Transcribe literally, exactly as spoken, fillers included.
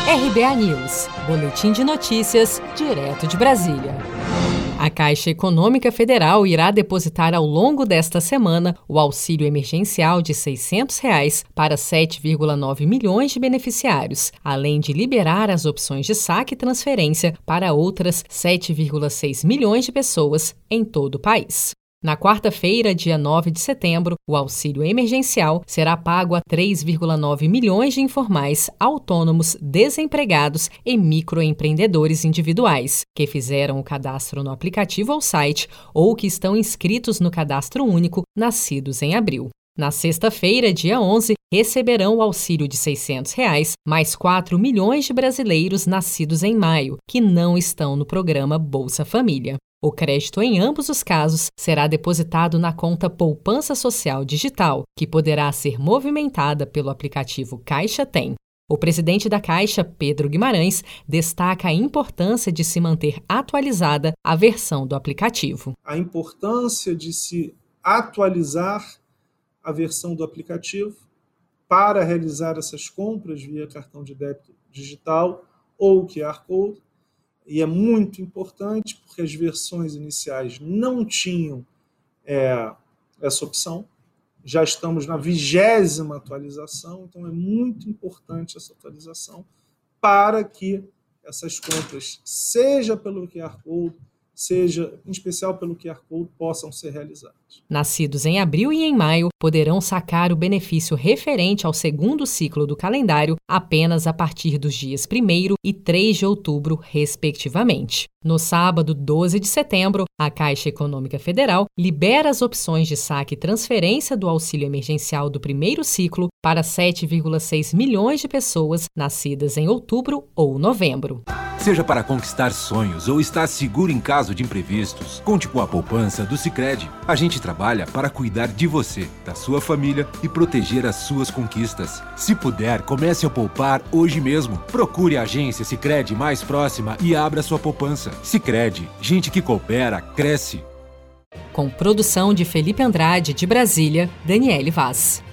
R B A News, boletim de notícias, direto de Brasília. A Caixa Econômica Federal irá depositar ao longo desta semana o auxílio emergencial de seiscentos reais para sete vírgula nove milhões de beneficiários, além de liberar as opções de saque e transferência para outras sete vírgula seis milhões de pessoas em todo o país. Na quarta-feira, dia nove de setembro, o auxílio emergencial será pago a três vírgula nove milhões de informais, autônomos, desempregados e microempreendedores individuais, que fizeram o cadastro no aplicativo ou site ou que estão inscritos no Cadastro Único, nascidos em abril. Na sexta-feira, dia onze, receberão o auxílio de seiscentos reais, mais quatro milhões de brasileiros nascidos em maio, que não estão no programa Bolsa Família. O crédito em ambos os casos será depositado na conta Poupança Social Digital, que poderá ser movimentada pelo aplicativo Caixa Tem. O presidente da Caixa, Pedro Guimarães, destaca a importância de se manter atualizada a versão do aplicativo. A importância de se atualizar a versão do aplicativo para realizar essas compras via cartão de débito digital ou Q R Code. E é muito importante porque as versões iniciais não tinham é, essa opção. Já estamos na vigésima atualização, então é muito importante essa atualização para que essas compras, seja pelo Q R Code, seja, em especial pelo Q R Code, possam ser realizadas. Nascidos em abril e em maio poderão sacar o benefício referente ao segundo ciclo do calendário apenas a partir dos dias primeiro e três de outubro, respectivamente. No sábado, doze de setembro, a Caixa Econômica Federal libera as opções de saque e transferência do auxílio emergencial do primeiro ciclo para sete vírgula seis milhões de pessoas nascidas em outubro ou novembro. Seja para conquistar sonhos ou estar seguro em caso de imprevistos, conte com a poupança do Sicredi. A gente trabalha para cuidar de você, da sua família e proteger as suas conquistas. Se puder, comece a poupar hoje mesmo. Procure a agência Sicredi mais próxima e abra sua poupança. Sicredi, gente que coopera, cresce. Com produção de Felipe Andrade, de Brasília, Daniele Vaz.